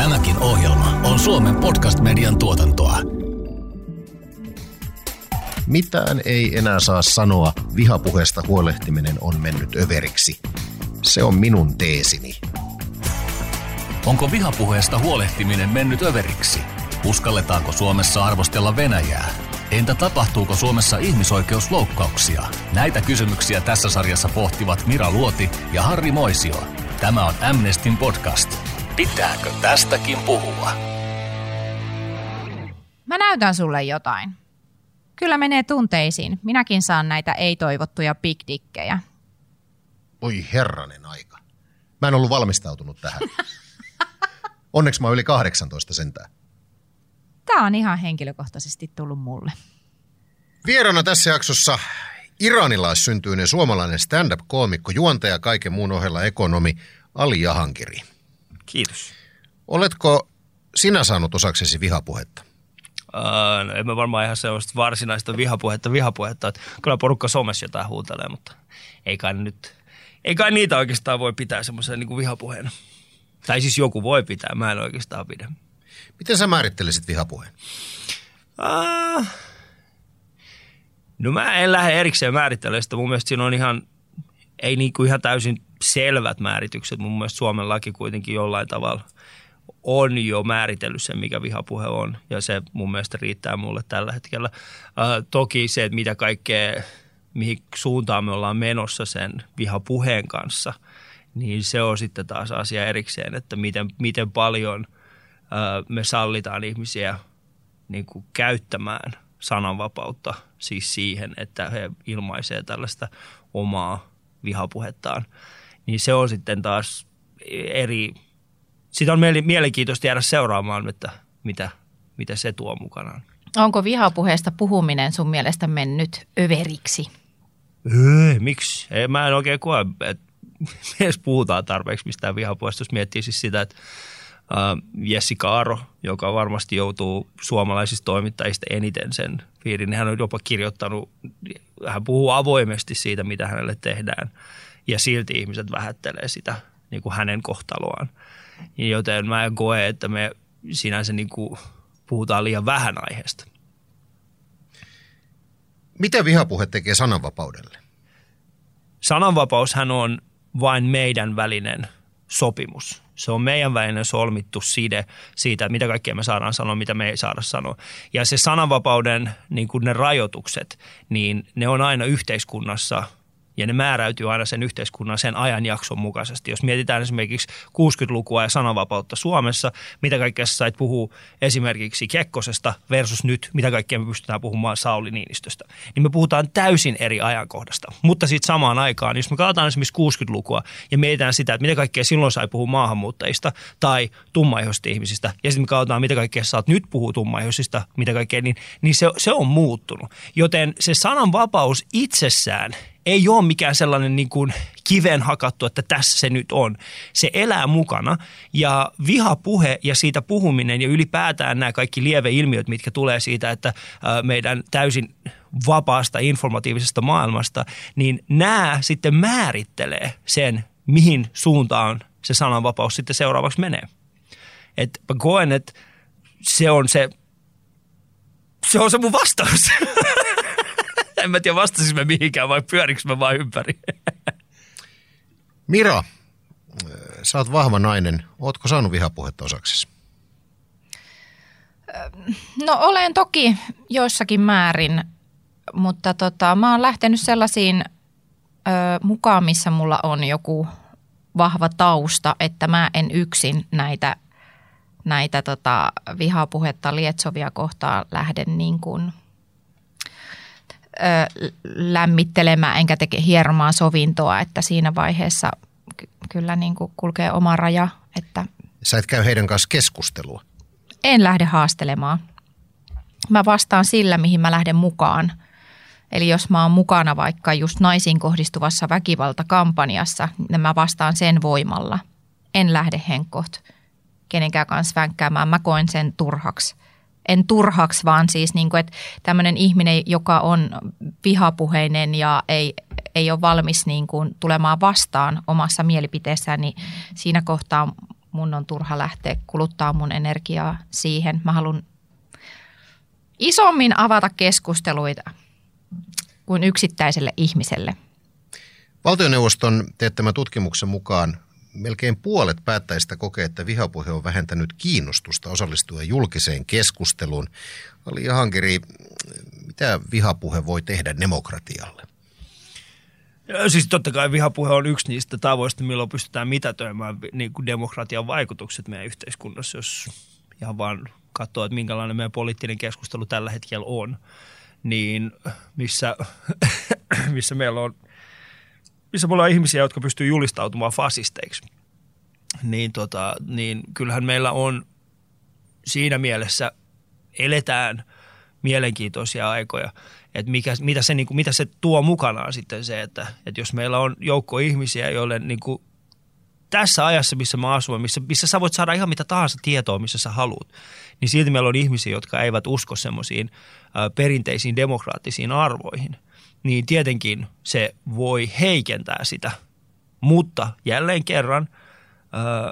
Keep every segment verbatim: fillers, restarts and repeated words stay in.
Tämäkin ohjelma on Suomen podcast-median tuotantoa. Mitään ei enää saa sanoa, vihapuheesta huolehtiminen on mennyt överiksi. Se on minun teesini. Onko vihapuheesta huolehtiminen mennyt överiksi? Uskalletaanko Suomessa arvostella Venäjää? Entä tapahtuuko Suomessa ihmisoikeusloukkauksia? Näitä kysymyksiä tässä sarjassa pohtivat Mira Luoti ja Harri Moisio. Tämä on Amnestyn podcast. Pitääkö tästäkin puhua? Mä näytän sulle jotain. Kyllä menee tunteisiin. Minäkin saan näitä ei-toivottuja big-dikkejä. Oi herranen aika. Mä en ollut valmistautunut tähän. Onneksi mä oon yli kahdeksantoista sentään. Tää on ihan henkilökohtaisesti tullut mulle. Vieraana tässä jaksossa iranilaissyntyinen suomalainen stand-up-koomikko, juontaja, kaiken muun ohella ekonomi Ali Jahangiri. Kiitos. Oletko sinä saanut osaksesi vihapuhetta? Uh, no, en mä varmaan ihan sellaista varsinaista vihapuhetta, vihapuhetta. Että kyllä porukka somessa jotain huutelee, mutta ei kai, nyt, ei kai niitä oikeastaan voi pitää semmoisena niin kuin vihapuheena. Tai siis joku voi pitää, mä en oikeastaan pidä. Miten sä määrittelisit vihapuheen? Uh, no mä en lähde erikseen määrittelemään sitä. Mun mielestä siinä on ihan, ei niin kuin ihan täysin selvät määritykset. Mun mielestä Suomen laki kuitenkin jollain tavalla on jo määritellyt sen, mikä vihapuhe on. Ja se mun mielestä riittää mulle tällä hetkellä. Uh, toki se, että mitä kaikkea, mihin suuntaan me ollaan menossa sen vihapuheen kanssa, niin se on sitten taas asia erikseen, että miten, miten paljon uh, me sallitaan ihmisiä niin kuin käyttämään sananvapautta siis siihen, että he ilmaisee tällaista omaa vihapuhettaan. Niin se on sitten taas eri. Sitä on mielenkiintoista jäädä seuraamaan, että mitä, mitä se tuo mukanaan. Onko vihapuheesta puhuminen sun mielestä mennyt överiksi? Öö, miksi? Ei, mä en oikein koe, että edes puhutaan tarpeeksi mistään vihapuheesta. Jos miettii siis sitä, että uh, Jessica Aro, joka varmasti joutuu suomalaisista toimittajista eniten sen piiriin, niin hän on jopa kirjoittanut, hän puhuu avoimesti siitä, mitä hänelle tehdään. Ja silti ihmiset vähättelee sitä niin kuin hänen kohtaloaan. Joten mä en koe, että me sinänsä niin kuin puhutaan liian vähän aiheesta. Mitä vihapuhe tekee sananvapaudelle? Sananvapaushan on vain meidän välinen sopimus. Se on meidän välinen solmittu side siitä, mitä kaikkea me saadaan sanoa, mitä me ei saada sanoa. Ja se sananvapauden niin kuin ne rajoitukset, niin ne on aina yhteiskunnassa ja ne määräytyy aina sen yhteiskunnan sen ajanjakson mukaisesti. Jos mietitään esimerkiksi kuusikymmentälukua ja sananvapautta Suomessa, mitä kaikkea sä sait puhua esimerkiksi Kekkosesta versus nyt, mitä kaikkea me pystytään puhumaan Sauli Niinistöstä. Niin me puhutaan täysin eri ajankohdasta. Mutta sitten samaan aikaan, jos me katsotaan esimerkiksi kuusikymmentälukua ja mietitään sitä, että mitä kaikkea silloin sai puhua maahanmuuttajista tai tummaihoisista ihmisistä, ja sitten me katsotaan, mitä kaikkea sä saat nyt puhua tummaihoisista, mitä kaikkea, niin, niin se, se on muuttunut. Joten se sananvapaus itsessään ei ole mikään sellainen niin kuin kiveen hakattu, että tässä se nyt on. Se elää mukana ja vihapuhe ja siitä puhuminen ja ylipäätään nämä kaikki lieveilmiöt, mitkä tulee siitä, että meidän täysin vapaasta informatiivisesta maailmasta, niin nämä sitten määrittelee sen, mihin suuntaan se sananvapaus sitten seuraavaksi menee. Et mä koen, että se on se, se on se mun vastaus. En mä tiedä, vastasis mä mihinkään vai pyöriks mä vaan ympäri. Mira, sä oot vahva nainen. Ootko saanut vihapuhetta osaksesi? No olen toki joissakin määrin, mutta tota, mä oon lähtenyt sellaisiin ö, mukaan, missä mulla on joku vahva tausta, että mä en yksin näitä, näitä tota, vihapuhetta lietsovia kohtaa lähde niin kuin lämmittelemään enkä teke hieromaa sovintoa, että siinä vaiheessa ky- kyllä niin kuin kulkee oma raja. Että sä et käy heidän kanssa keskustelua? En lähde haastelemaan. Mä vastaan sillä, mihin mä lähden mukaan. Eli jos mä oon mukana vaikka just naisiin kohdistuvassa väkivaltakampanjassa, niin mä vastaan sen voimalla. En lähde henkkoht kenenkään kanssa vänkkäämään. Mä koen sen turhaksi. En turhaksi, vaan siis niin kuin, että tämmöinen ihminen, joka on vihapuheinen ja ei, ei ole valmis niin kuin tulemaan vastaan omassa mielipiteessään, niin siinä kohtaa mun on turha lähteä kuluttaa mun energiaa siihen. Mä haluan isommin avata keskusteluita kuin yksittäiselle ihmiselle. Valtioneuvoston teettämän tutkimuksen mukaan melkein puolet päättäjistä kokee, että vihapuhe on vähentänyt kiinnostusta osallistua julkiseen keskusteluun. Alia Hankeri, mitä vihapuhe voi tehdä demokratialle? Siis totta kai vihapuhe on yksi niistä tavoista, milloin pystytään mitätöimään niin kuin demokratian vaikutukset meidän yhteiskunnassa, jos ihan vaan katsoo, että minkälainen meidän poliittinen keskustelu tällä hetkellä on, niin missä, missä meillä on missä me ollaan ihmisiä, jotka pystyy julistautumaan fasisteiksi, niin, tota, niin kyllähän meillä on siinä mielessä, eletään mielenkiintoisia aikoja, että mikä, mitä, se, niin kuin, mitä se tuo mukanaan sitten se, että, että jos meillä on joukko ihmisiä, joille niin kuin, tässä ajassa, missä me asumme, missä, missä sä voit saada ihan mitä tahansa tietoa, missä sä haluat, niin silti meillä on ihmisiä, jotka eivät usko semmoisiin ä, perinteisiin demokraattisiin arvoihin, niin tietenkin se voi heikentää sitä, mutta jälleen kerran ää,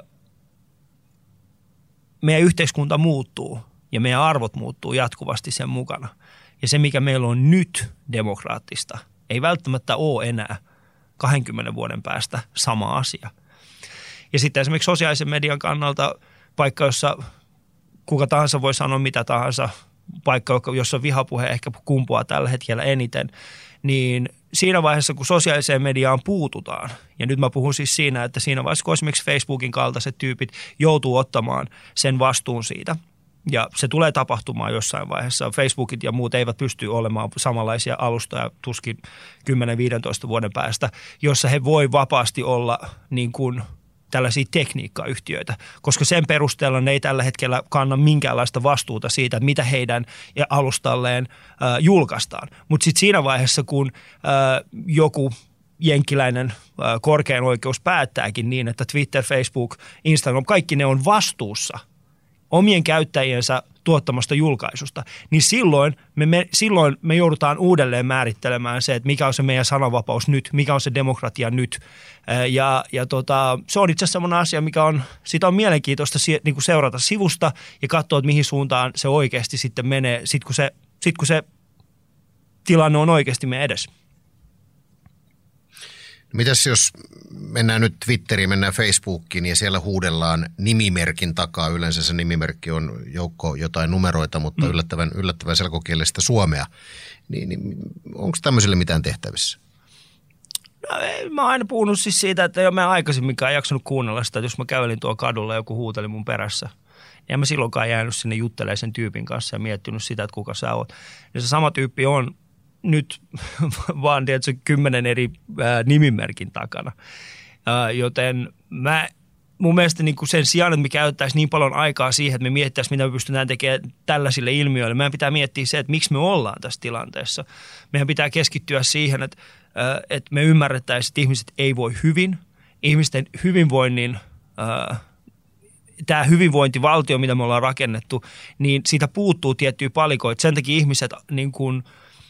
meidän yhteiskunta muuttuu ja meidän arvot muuttuu jatkuvasti sen mukana. Ja se, mikä meillä on nyt demokraattista, ei välttämättä ole enää kahdenkymmenen vuoden päästä sama asia. Ja sitten esimerkiksi sosiaalisen median kannalta paikka, jossa kuka tahansa voi sanoa mitä tahansa, paikka, jossa vihapuhe ehkä kumpuaa tällä hetkellä eniten, niin siinä vaiheessa, kun sosiaaliseen mediaan puututaan, ja nyt mä puhun siis siinä, että siinä vaiheessa, kun esimerkiksi Facebookin kaltaiset tyypit joutuu ottamaan sen vastuun siitä, ja se tulee tapahtumaan jossain vaiheessa. Facebookit ja muut eivät pysty olemaan samanlaisia alustoja tuskin kymmenen viisitoista vuoden päästä, jossa he voi vapaasti olla niin kuin tällaisia tekniikkayhtiöitä, koska sen perusteella ne ei tällä hetkellä kanna minkäänlaista vastuuta siitä, mitä heidän alustalleen äh, julkaistaan. Mutta sitten siinä vaiheessa, kun äh, joku jenkkiläinen äh, korkein oikeus päättääkin niin, että Twitter, Facebook, Instagram, kaikki ne on vastuussa omien käyttäjiensä tuottamasta julkaisusta, niin silloin me, me, silloin me joudutaan uudelleen määrittelemään se, että mikä on se meidän sananvapaus nyt, mikä on se demokratia nyt. Ja, ja tota, se on itse asiassa sellainen asia, mikä on, sitä on mielenkiintoista niin kuin seurata sivusta ja katsoa, että mihin suuntaan se oikeasti sitten menee, sit kun se, sit kun se tilanne on oikeasti meidän edessä. Mitäs jos mennään nyt Twitteriin, mennään Facebookiin ja siellä huudellaan nimimerkin takaa. Yleensä se nimimerkki on joukko jotain numeroita, mutta mm. yllättävän, yllättävän selkokielistä suomea. Niin, niin onko tämmöiselle mitään tehtävissä? No, mä oon aina puhunut siis siitä, että jo mä aikaisemminkaan jaksanut kuunnella sitä, että jos mä kävelin tuolla kadulla ja joku huuteli mun perässä, niin en mä silloinkaan jäänyt sinne juttelemaan sen tyypin kanssa ja miettinyt sitä, että kuka sä oot. Ja se sama tyyppi on nyt vaan tietysti kymmenen eri ää, nimimerkin takana, ää, joten mä, mun mielestä niin kuin sen sijaan, että me käyttäisiin niin paljon aikaa siihen, että me miettäisiin, mitä me pystytään tekemään tällaisille ilmiöille, meidän pitää miettiä se, että miksi me ollaan tässä tilanteessa. Meidän pitää keskittyä siihen, että, ää, että me ymmärrettäisiin, että ihmiset ei voi hyvin, ihmisten hyvinvoinnin, ää, tämä hyvinvointivaltio, mitä me ollaan rakennettu, niin siitä puuttuu tiettyjä palikoita. Sen takia ihmiset niin kuin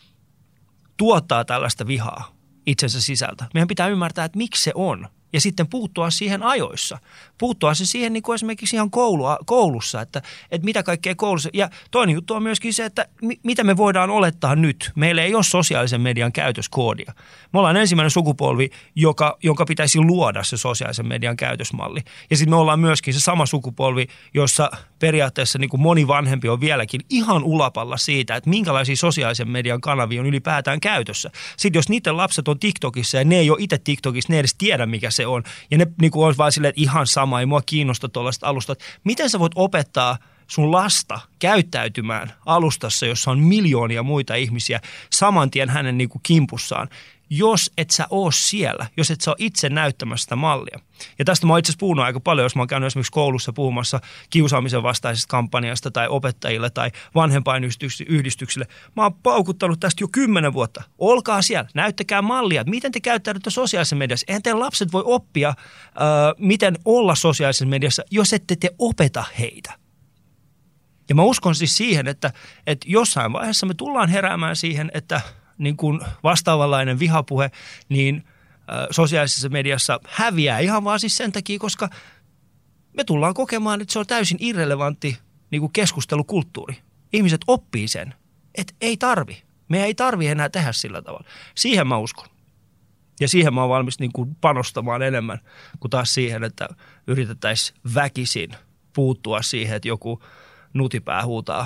tuottaa tällaista vihaa itsensä sisältä. Meidän pitää ymmärtää, että miksi se on. Ja sitten puuttua siihen ajoissa. Puuttua se siihen niin kuin esimerkiksi ihan koulua, koulussa, että, että mitä kaikkea koulussa. Ja toinen juttu on myöskin se, että mi, mitä me voidaan olettaa nyt. Meillä ei ole sosiaalisen median käytöskoodia. Me ollaan ensimmäinen sukupolvi, joka, jonka pitäisi luoda se sosiaalisen median käytösmalli. Ja sitten me ollaan myöskin se sama sukupolvi, jossa periaatteessa niin kuin moni vanhempi on vieläkin ihan ulapalla siitä, että minkälaisia sosiaalisen median kanavia on ylipäätään käytössä. Sitten jos niiden lapset on TikTokissa ja ne ei ole itse TikTokissa, ne ei edes tiedä, mikä se on. Ja ne niin kuin on vaan silleen, että ihan sama, ei mua kiinnosta tuollaista alustat. Miten sä voit opettaa sun lasta käyttäytymään alustassa, jossa on miljoonia muita ihmisiä saman tien hänen niin kuin kimpussaan, jos et sä oo siellä, jos et sä oo itse näyttämässä sitä mallia. Ja tästä mä oon itse asiassa puhunut aika paljon, jos mä oon käynyt esimerkiksi koulussa puhumassa kiusaamisen vastaisesta kampanjasta tai opettajille tai vanhempainyhdistyksille. Mä oon paukuttanut tästä jo kymmenen vuotta. Olkaa siellä, näyttäkää mallia, miten te käyttäydytte sosiaalisessa mediassa. Eihän teidän lapset voi oppia, äh, miten olla sosiaalisessa mediassa, jos ette te opeta heitä. Ja mä uskon siis siihen, että, että jossain vaiheessa me tullaan heräämään siihen, että niin kuin vastaavanlainen vihapuhe, niin ä, sosiaalisessa mediassa häviää ihan vaan siis sen takia, koska me tullaan kokemaan, että se on täysin irrelevantti niin kuin keskustelukulttuuri. Ihmiset oppii sen, että ei tarvi. Me ei tarvi enää tehdä sillä tavalla. Siihen mä uskon. Ja siihen mä oon valmis niin kuin panostamaan enemmän kuin taas siihen, että yritettäisiin väkisin puuttua siihen, että joku nutipää huutaa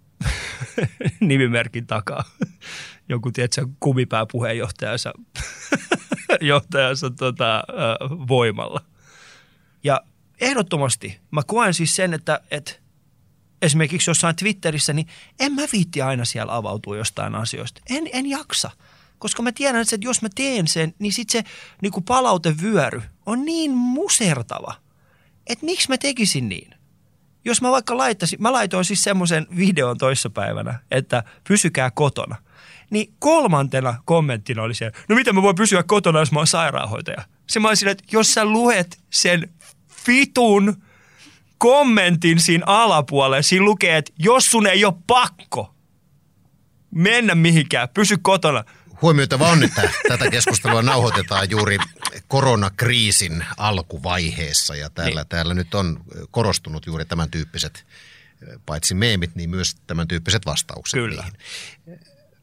nimimerkin takaa. Joku, tiedätkö, kumipääpuheenjohtajansa johtajansa tota, voimalla. Ja ehdottomasti mä koen siis sen, että, että esimerkiksi jossain Twitterissä, niin en mä viitti aina siellä avautua jostain asioista. En, en jaksa, koska mä tiedän, että jos mä teen sen, niin sitten se niin kuin palautevyöry on niin musertava, että miksi mä tekisin niin. Jos mä vaikka laittaisin, mä laitoin siis semmoisen videon toissapäivänä, että pysykää kotona. Niin kolmantena kommenttina oli se, no miten mä voin pysyä kotona, jos mä oon sairaanhoitaja. Se mä olisin, että jos sä luet sen vitun kommentin siinä alapuolella, siinä lukee, että jos sun ei ole pakko mennä mihinkään, pysy kotona. Huomioitava on, että tätä keskustelua nauhoitetaan juuri koronakriisin alkuvaiheessa ja täällä, niin. täällä nyt on korostunut juuri tämän tyyppiset, paitsi meemit, niin myös tämän tyyppiset vastaukset. Kyllä. Niihin.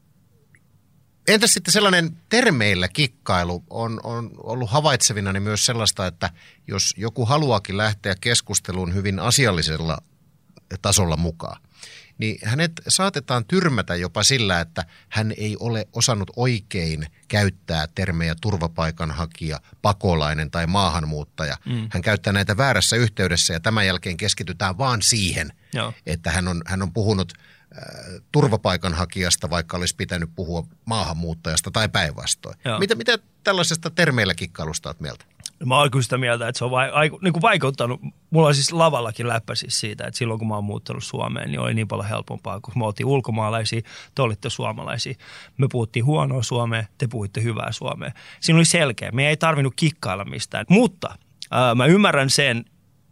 Entäs sitten sellainen termeillä kikkailu on, on ollut havaitsevina niin myös sellaista, että jos joku haluaakin lähteä keskusteluun hyvin asiallisella tasolla mukaan, niin hänet saatetaan tyrmätä jopa sillä, että hän ei ole osannut oikein käyttää termejä turvapaikanhakija, pakolainen tai maahanmuuttaja. Mm. Hän käyttää näitä väärässä yhteydessä ja tämän jälkeen keskitytään vaan siihen, Joo. että hän on, hän on puhunut turvapaikanhakijasta, vaikka olisi pitänyt puhua maahanmuuttajasta tai päinvastoin. Mitä, mitä tällaisesta termeillä kikkailusta olet mieltä? Mä oon kyllä sitä mieltä, että se on vai, niin kuin vaikeuttanut. Mulla on siis lavallakin läppä siis siitä, että silloin kun mä oon muuttanut Suomeen, niin oli niin paljon helpompaa, kun me oltiin ulkomaalaisia, te olitte suomalaisia. Me puhuttiin huonoa Suomea, te puhuitte hyvää Suomea. Siinä oli selkeä. Me ei tarvinnut kikkailla mistään. Mutta ää, mä ymmärrän sen,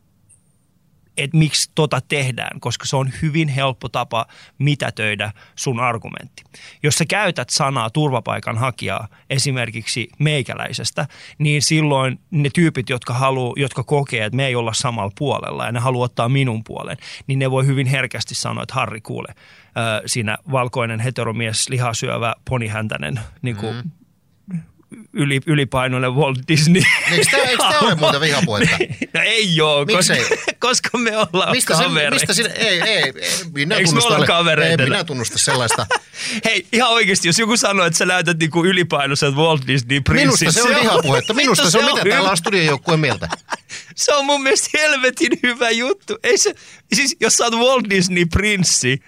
että miksi tota tehdään, koska se on hyvin helppo tapa mitätöidä sun argumentti. Jos sä käytät sanaa turvapaikanhakijaa esimerkiksi meikäläisestä, niin silloin ne tyypit, jotka, haluu, jotka kokee, että me ei olla samalla puolella ja ne haluaa ottaa minun puolen, niin ne voi hyvin herkästi sanoa, että Harri, kuule, äh, siinä valkoinen heteromies, lihasyövä, ponihäntäinen, niin kuin mm. Yli, ylipainoinen Walt Disney. Eikö tämä ole muuta vihapuhetta? No ei ole, koska, koska me ollaan mistä kavereita. Mistä sinä, ei, ei, ei, minä Eikö me olla kavereita? Ei, minä tunnusta sellaista. Hei, ihan oikeasti, jos joku sanoo, että sä näytät niinku ylipainoiset Walt Disney prinssin. Minusta se on vihapuhetta. Minusta se on, mitä täällä on studiojoukkueen mieltä. Se on mun mielestä helvetin hyvä juttu. Ei se, siis jos sä oot Walt Disney prinssi,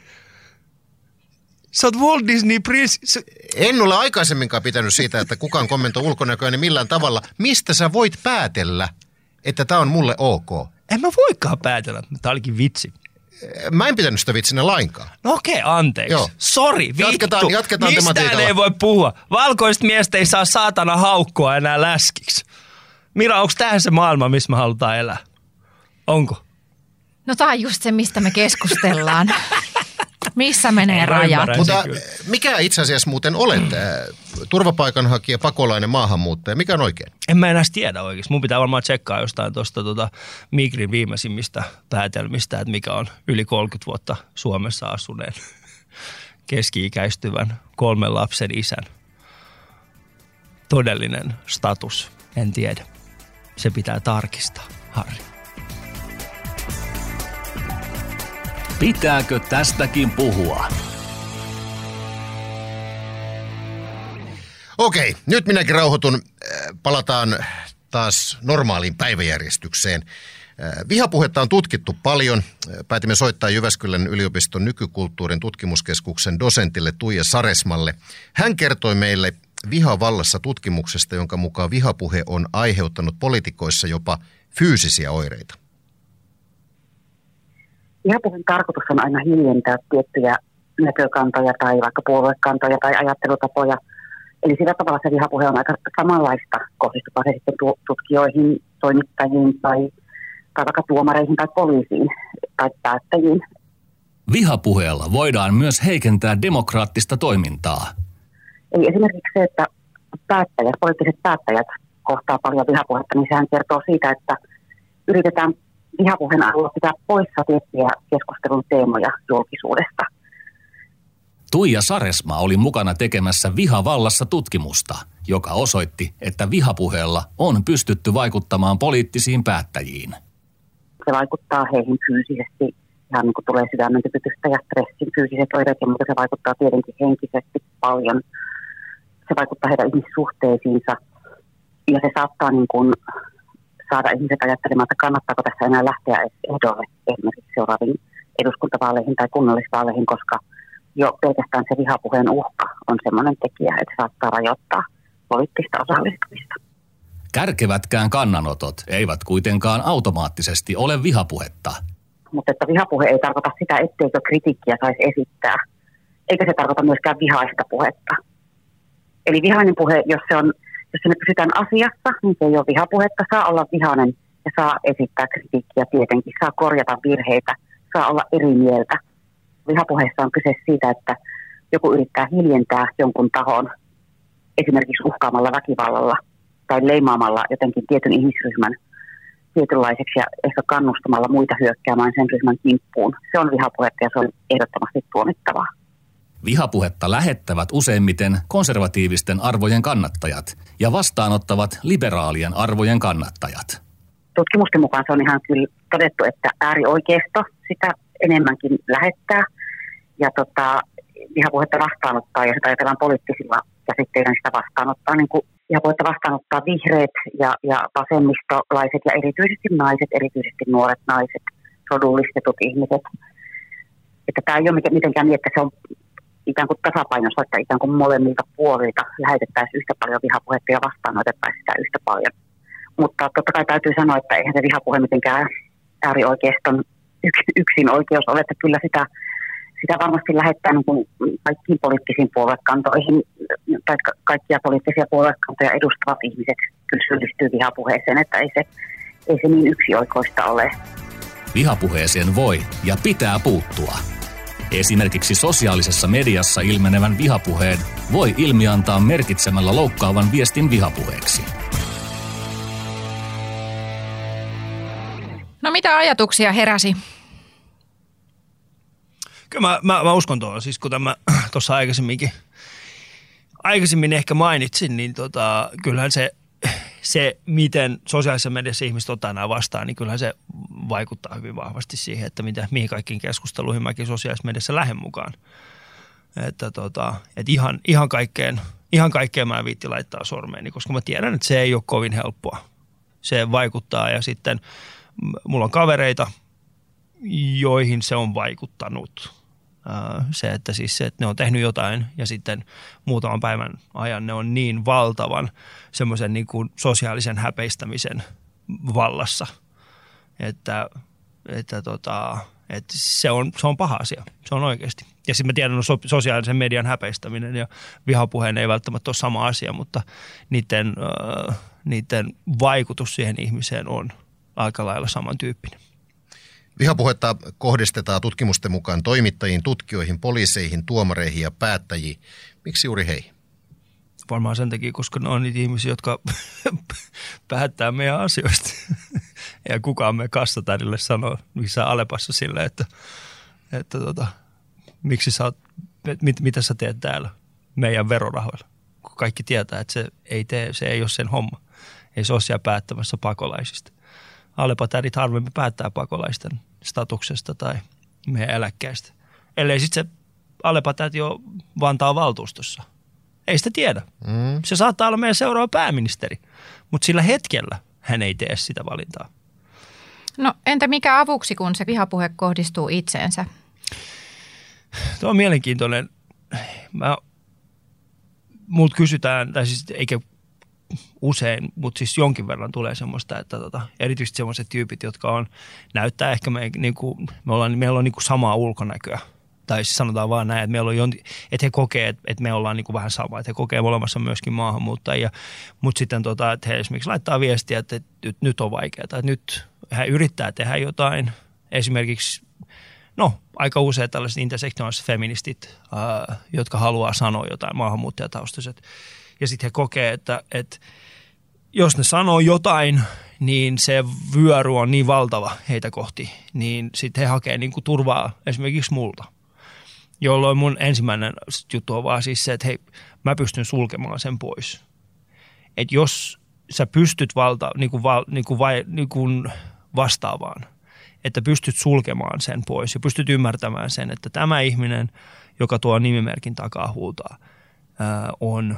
sä oot Walt Disney prinssi. En ole aikaisemminkaan pitänyt siitä, että kukaan kommentoi ulkonäköä, niin millään tavalla. Mistä sä voit päätellä, että tää on mulle ok? En mä voikaan päätellä, tää olikin vitsi. Mä en pitänyt sitä vitsinä lainkaan. No okei, okay, anteeksi. Joo. Sori, vittu. Jatketaan, jatketaan mistään tematiikalla. ei voi puhua. Valkoista miestä ei saa saatana haukkoa enää läskiksi. Mira, onko tähän se maailma, missä me halutaan elää? Onko? No tää on just se, mistä me keskustellaan. Missä menee rajat? Mutta mikä itse asiassa muuten olet? Turvapaikanhakija, pakolainen, maahanmuuttaja. Mikä on oikein? En mä enää tiedä oikeasti. Mun pitää varmaan tsekkaa jostain tuosta tota Migrin viimeisimmistä päätelmistä, että mikä on yli kolmekymmentä vuotta Suomessa asuneen keski-ikäistyvän kolmen lapsen isän todellinen status. En tiedä. Se pitää tarkistaa, Harri. Pitääkö tästäkin puhua? Okei, nyt minäkin rauhoitun. Palataan taas normaaliin päiväjärjestykseen. Vihapuhetta on tutkittu paljon. Päätimme soittaa Jyväskylän yliopiston nykykulttuurin tutkimuskeskuksen dosentille Tuija Saresmalle. Hän kertoi meille Vihavallassa tutkimuksesta, jonka mukaan vihapuhe on aiheuttanut poliitikoissa jopa fyysisiä oireita. Vihapuheen tarkoitus on aina hiljentää tiettyjä näkökantoja tai vaikka puoluekantoja tai ajattelutapoja. Eli sillä tavalla se vihapuhe on aika samanlaista, kohdistupa se sitten tutkijoihin, toimittajiin tai, tai vaikka tuomareihin tai poliisiin tai päättäjiin. Vihapuheella voidaan myös heikentää demokraattista toimintaa. Eli esimerkiksi se, että päättäjät, poliittiset päättäjät kohtaa paljon vihapuhetta, niin sehän kertoo siitä, että yritetään vihapuheen avulla pitää poissa tiettyjä keskustelun teemoja julkisuudesta. Tuija Saresma oli mukana tekemässä Vihavallassa tutkimusta, joka osoitti, että vihapuheella on pystytty vaikuttamaan poliittisiin päättäjiin. Se vaikuttaa heihin fyysisesti, ihan niin kuin tulee sydämen tykytystä ja stressin fyysiset oireet, mutta se vaikuttaa tietenkin henkisesti paljon. Se vaikuttaa heidän ihmissuhteisiinsa ja se saattaa niin kuin saada ihmiset ajattelemaan, että kannattaako tässä enää lähteä ehdolle esimerkiksi seuraaviin eduskuntavaaleihin tai kunnallisvaaleihin, koska jo pelkästään se vihapuheen uhka on sellainen tekijä, että saattaa rajoittaa poliittista osallistumista. Kärkevätkään kannanotot eivät kuitenkaan automaattisesti ole vihapuhetta. Mutta että vihapuhe ei tarkoita sitä, etteikö kritiikkiä saisi esittää, eikä se tarkoita myöskään vihaista puhetta. Eli vihainen puhe, jos se on, jos me pysytään asiassa, niin se ei ole vihapuhetta, saa olla vihainen ja saa esittää kritiikkiä tietenkin, saa korjata virheitä, saa olla eri mieltä. Vihapuheessa on kyse siitä, että joku yrittää hiljentää jonkun tahon esimerkiksi uhkaamalla väkivallalla tai leimaamalla jotenkin tietyn ihmisryhmän tietynlaiseksi ja ehkä kannustamalla muita hyökkäämään sen ryhmän kimppuun. Se on vihapuhetta ja se on ehdottomasti tuomittavaa. Vihapuhetta lähettävät useimmiten konservatiivisten arvojen kannattajat ja vastaanottavat liberaalien arvojen kannattajat. Tutkimusten mukaan se on ihan kyllä todettu, että äärioikeisto sitä enemmänkin lähettää ja tota, vihapuhetta vastaanottaa ja sitä ajatellaan poliittisilla käsitteillä sitä vastaanottaa. Niin kuin vihapuhetta vastaanottaa vihreät ja, ja vasemmistolaiset ja erityisesti naiset, erityisesti nuoret naiset, rodullistetut ihmiset. Että tämä ei ole mitenkään niin, että se on ikään kuin tasapainossa, että ikään kuin molemmilta puolilta lähetettäisiin yhtä paljon vihapuhetta ja vastaanotettaisiin sitä yhtä paljon. Mutta totta kai täytyy sanoa, että eihän se vihapuhe mitenkään äärioikeiston yksin oikeus ole, että kyllä sitä, sitä varmasti lähettää niin kuin kaikkiin poliittisiin puoluekantoihin tai kaikkia poliittisia puoluekantoja edustavat ihmiset kyllä syyllistyy vihapuheeseen, että ei se, ei se niin yksioikoista ole. Vihapuheeseen voi ja pitää puuttua. Esimerkiksi sosiaalisessa mediassa ilmenevän vihapuheen voi ilmiantaa merkitsemällä loukkaavan viestin vihapuheeksi. No mitä ajatuksia heräsi? Kyllä mä, mä, mä uskon tuohon, siis kuten mä tuossa aikaisemminkin, aikaisemmin ehkä mainitsin, niin tota, kyllähän se, se, miten sosiaalisessa mediassa ihmiset ottaa nämä vastaan, niin kyllähän se vaikuttaa hyvin vahvasti siihen, että mitä, mihin kaikkiin keskusteluihin mäkin sosiaalisessa mediassa lähden mukaan. Että tota, et ihan, ihan, kaikkeen, ihan kaikkeen mä en viitti laittaa sormeeni, koska mä tiedän, että se ei ole kovin helppoa. Se vaikuttaa ja sitten mulla on kavereita, joihin se on vaikuttanut. Se, että siis se, että ne on tehnyt jotain ja sitten muutaman päivän ajan ne on niin valtavan semmoisen niin kuin sosiaalisen häpeistämisen vallassa, että, että, tota, että se, on, se on paha asia. Se on oikeasti. Ja sitten mä tiedän, että sosiaalisen median häpeistäminen ja vihapuheen ei välttämättä ole sama asia, mutta niiden, äh, niiden vaikutus siihen ihmiseen on aika lailla samantyyppinen. Vihapuhetta kohdistetaan tutkimusten mukaan toimittajiin, tutkijoihin, poliiseihin, tuomareihin ja päättäjiin. Miksi juuri heihin? Varmaan sen takia, koska ne on niitä ihmisiä, jotka päättää meidän asioista. Ja kukaan me kassatädille sanoo missään Alepassa silleen, että, että tota, miksi sä oot, mit, mitä sä teet täällä meidän verorahoilla. Kun kaikki tietää, että se ei, tee, se ei ole sen homma. Ei se ole siellä päättämässä pakolaisista. Alepatädit harvemmin päättää pakolaisten statuksesta tai meidän eläkkeestä. Ellei sitten se Alepatäti ole Vantaan valtuustossa. Ei sitä tiedä. Mm. Se saattaa olla meidän seuraava pääministeri, mutta sillä hetkellä hän ei tee sitä valintaa. No entä mikä avuksi, kun se vihapuhe kohdistuu itseensä? Tuo on mielenkiintoinen. Mä, multa kysytään, tai siis eikä usein, mutta siis jonkin verran tulee semmoista, että tota, erityisesti semmoiset tyypit, jotka on, näyttää ehkä me, niin kuin, me ollaan, meillä on niin kuin samaa ulkonäköä. Tai siis sanotaan vaan näin, että, meillä on jonti, että he kokee, että, että me ollaan niin kuin vähän sama, että he kokee olemassa myöskin maahanmuuttajia. Mutta sitten, tota, että he esimerkiksi laittaa viestiä, että, että nyt, nyt on vaikeaa, että nyt he yrittää tehdä jotain. Esimerkiksi, no aika usein tällaiset intersektionaaliset feministit, ää, jotka haluaa sanoa jotain, maahanmuuttajataustaiset. Ja sitten he kokee, että, että jos ne sanoo jotain, niin se vyöry on niin valtava heitä kohti, niin sitten he hakee niin kuin turvaa esimerkiksi multa. Jolloin mun ensimmäinen juttu on vaan siis se, että hei, mä pystyn sulkemaan sen pois. Että jos sä pystyt valta, niin kuin val, niin kuin vai, niin kuin vastaavaan, että pystyt sulkemaan sen pois ja pystyt ymmärtämään sen, että tämä ihminen, joka tuo nimimerkin takaa huutaa, ää, on,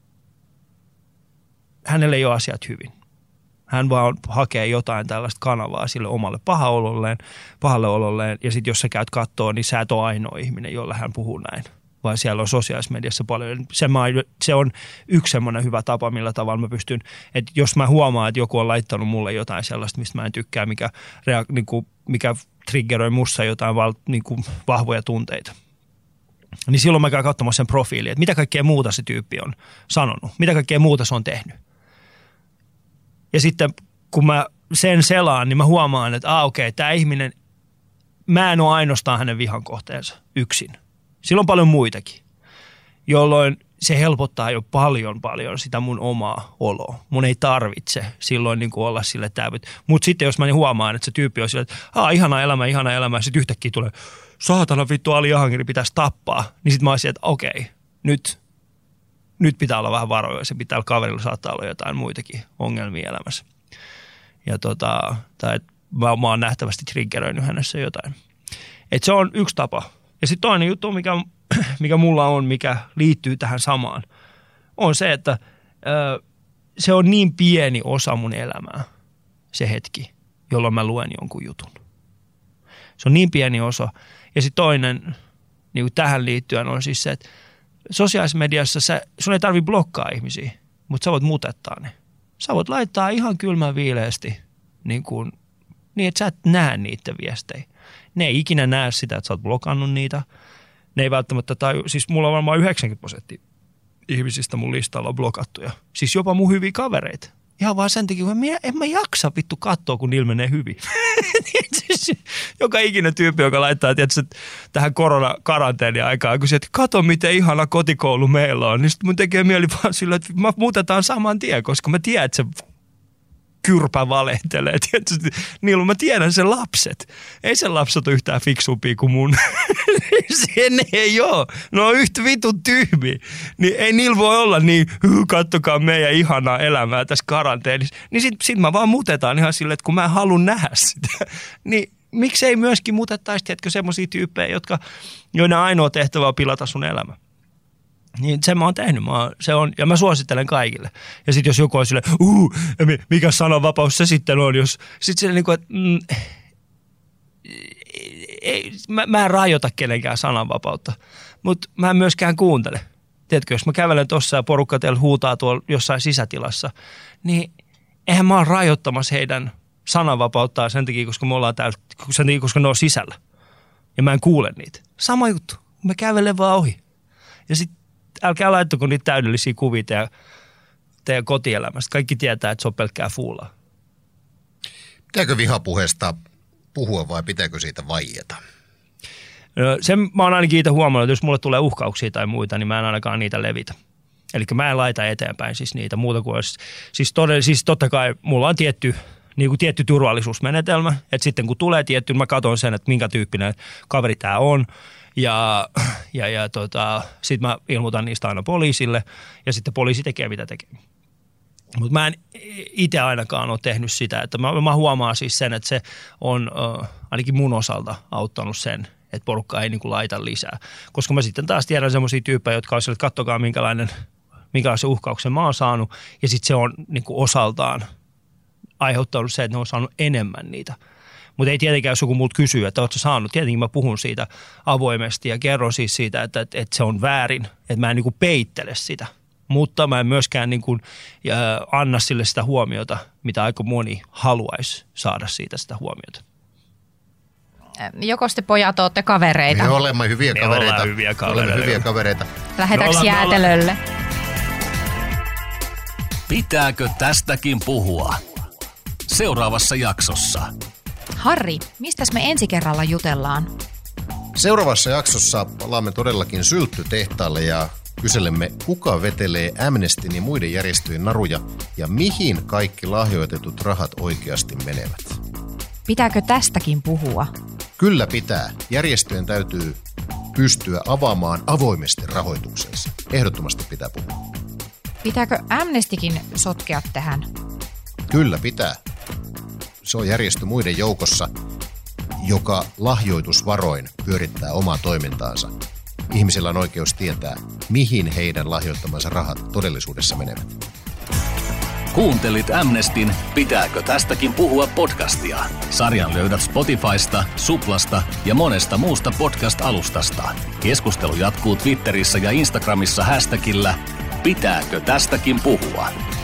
hänellä ei ole asiat hyvin. Hän vaan hakee jotain tällaista kanavaa sille omalle pahaololleen, pahalle ololleen, ja sitten jos sä käyt kattoo, niin sä et ole ainoa ihminen, jolla hän puhuu näin. Vaan siellä on sosiaalisessa mediassa paljon. Se, se on yksi semmoinen hyvä tapa, millä tavalla mä pystyn, että jos mä huomaan, että joku on laittanut mulle jotain sellaista, mistä mä en tykkää, mikä, niin kuin, mikä triggeroi mussa jotain val, niin kuin vahvoja tunteita, niin silloin mä käyn katsomaan sen profiiliin, että mitä kaikkea muuta se tyyppi on sanonut, mitä kaikkea muuta se on tehnyt. Ja sitten kun mä sen selaan, niin mä huomaan, että ah, okei, okay, tämä ihminen, mä en ole ainoastaan hänen vihan kohteensa yksin. Sillä on paljon muitakin, jolloin se helpottaa jo paljon paljon sitä mun omaa oloa. Mun ei tarvitse silloin niin kuin olla sille täyvyt. Mutta sitten jos mä huomaan, että se tyyppi on sille, että ah, ihana elämä, ihana elämä, ja sitten yhtäkkiä tulee, saatana vittu, Ali Jahangiri pitäisi tappaa. Niin sitten mä olisin, että okei, okay, nyt, nyt pitää olla vähän varoja. Se pitää kaverilla saattaa olla jotain muitakin ongelmia elämässä. Ja tota, tai mä, mä oon nähtävästi triggeröinyt hänessä jotain. Et se on yksi tapa. Ja sitten toinen juttu, mikä, mikä mulla on, mikä liittyy tähän samaan, on se, että ö, se on niin pieni osa mun elämää, se hetki, jolloin mä luen jonkun jutun. Se on niin pieni osa. Ja sitten toinen, niin kuin tähän liittyen, on siis se, että sosiaalisessa mediassa sä, sun ei tarvitse blokkaa ihmisiä, mutta sä voit mutettaa ne. Sä voit laittaa ihan kylmän viileästi, niin, kuin, niin että sä et näe niitä viestejä. Ne ei ikinä näe sitä, että sä oot blokannut niitä. Ne ei välttämättä taju, siis mulla on varmaan yhdeksänkymmentä prosenttia ihmisistä mun listalla on blokattuja. Siis jopa mun hyviä kavereita. Ihan vaan sen takia, kun en mä jaksa vittu katsoa, kun niillä menee hyvin. Joka ikinen tyyppi, joka laittaa tietysti tähän koronakaranteeniin aikaan, kun se, että kato miten ihana kotikoulu meillä on, niin sitten mun tekee mieli vaan sillä, että mä muutetaan saman tien, koska mä tiedän, että se kyrpä valehtelee. Tietysti, niillä mä tiedän sen lapset. Ei sen lapset ole yhtään fiksumpia kuin mun. Sen ei ole. Ne on yhtä vitun tyhmiä. Niin ei niillä voi olla niin, kattokaa meidän ihanaa elämää tässä karanteenissa. Niin sit, sit mä vaan mutetaan ihan silleen, että kun mä en halua nähdä sitä. Niin miksei myöskin mutettaisi, tiedätkö, semmoisia tyyppejä, jotka, joiden ainoa tehtävä on pilata sun elämä. Niin sen mä oon tehnyt. Mä oon, se on, ja mä suosittelen kaikille. Ja sitten jos joku on silleen, uh, mikä sananvapaus se sitten on, jos sitten se niin kuin, että mm, ei, mä, mä en rajoita kenenkään sananvapautta, mutta mä en myöskään kuuntele. Tiedätkö, jos mä kävelen tossa ja porukka teillä huutaa tuolla jossain sisätilassa, niin eihän mä ole rajoittamassa heidän sananvapauttaan sen takia, koska me ollaan täällä, sen takia, koska ne on sisällä. Ja mä en kuule niitä. Sama juttu. Mä kävelen vaan ohi. Ja sitten älkää laittako niitä täydellisiä kuvia teidän, teidän kotielämästä. Kaikki tietää, että se on pelkkää fuulaa. Pitääkö vihapuheesta puhua vai pitääkö siitä vaieta? No, sen mä oon ainakin itse huomannut, että jos mulle tulee uhkauksia tai muita, niin mä en ainakaan niitä levitä. Eli mä en laita eteenpäin siis niitä muuta kuin olisi. Siis, todella, siis totta kai mulla on tietty, niin kuin tietty turvallisuusmenetelmä, että sitten kun tulee tietty, mä katson sen, että minkä tyyppinen kaveri tää on. Ja, ja, ja tota, sitten mä ilmoitan niistä aina poliisille ja sitten poliisi tekee mitä tekee. Mutta mä en itse ainakaan ole tehnyt sitä, että mä, mä huomaan siis sen, että se on äh, ainakin mun osalta auttanut sen, että porukka ei niinku laita lisää. Koska mä sitten taas tiedän semmoisia tyyppejä, jotka on sille, että katsokaa minkälainen, minkälaisen uhkauksen mä oon saanut ja sitten se on niinku osaltaan aiheuttanut se, että ne on saanut enemmän niitä. Mutta ei tietenkään, jos joku multa kysyy, että ootko sä saanut, tietenkin mä puhun siitä avoimesti ja kerron siis siitä, että, että, että se on väärin, että mä en niin kuin peittele sitä. Mutta mä en myöskään niin kuin, ja, anna sille sitä huomiota, mitä aika moni haluaisi saada siitä sitä huomiota. Joko te pojat olette kavereita? Me olemme hyviä Me kavereita. ollaan hyviä kavereita. Olemme hyviä kavereita. Lähdetäänkö jäätelölle? Pitääkö tästäkin puhua? Seuraavassa jaksossa. Harri, mistäs me ensi kerralla jutellaan? Seuraavassa jaksossa palaamme todellakin sylttytehtaalle ja Kyselemme, kuka vetelee Amnestyn ja muiden järjestöjen naruja ja mihin kaikki lahjoitetut rahat oikeasti menevät. Pitääkö tästäkin puhua? Kyllä pitää. Järjestöjen täytyy pystyä avaamaan avoimesti rahoituksensa. Ehdottomasti pitää puhua. Pitääkö Amnestykin sotkea tähän? Kyllä pitää. Se on järjestö muiden joukossa, joka lahjoitusvaroin pyörittää omaa toimintaansa. Ihmisillä on oikeus tietää, mihin heidän lahjoittamansa rahat todellisuudessa menevät. Kuuntelit Amnestyn Pitääkö tästäkin puhua podcastia? Sarjan löydät Spotifysta, Suplasta ja monesta muusta podcast-alustasta. Keskustelu jatkuu Twitterissä ja Instagramissa hashtagillä Pitääkö tästäkin puhua?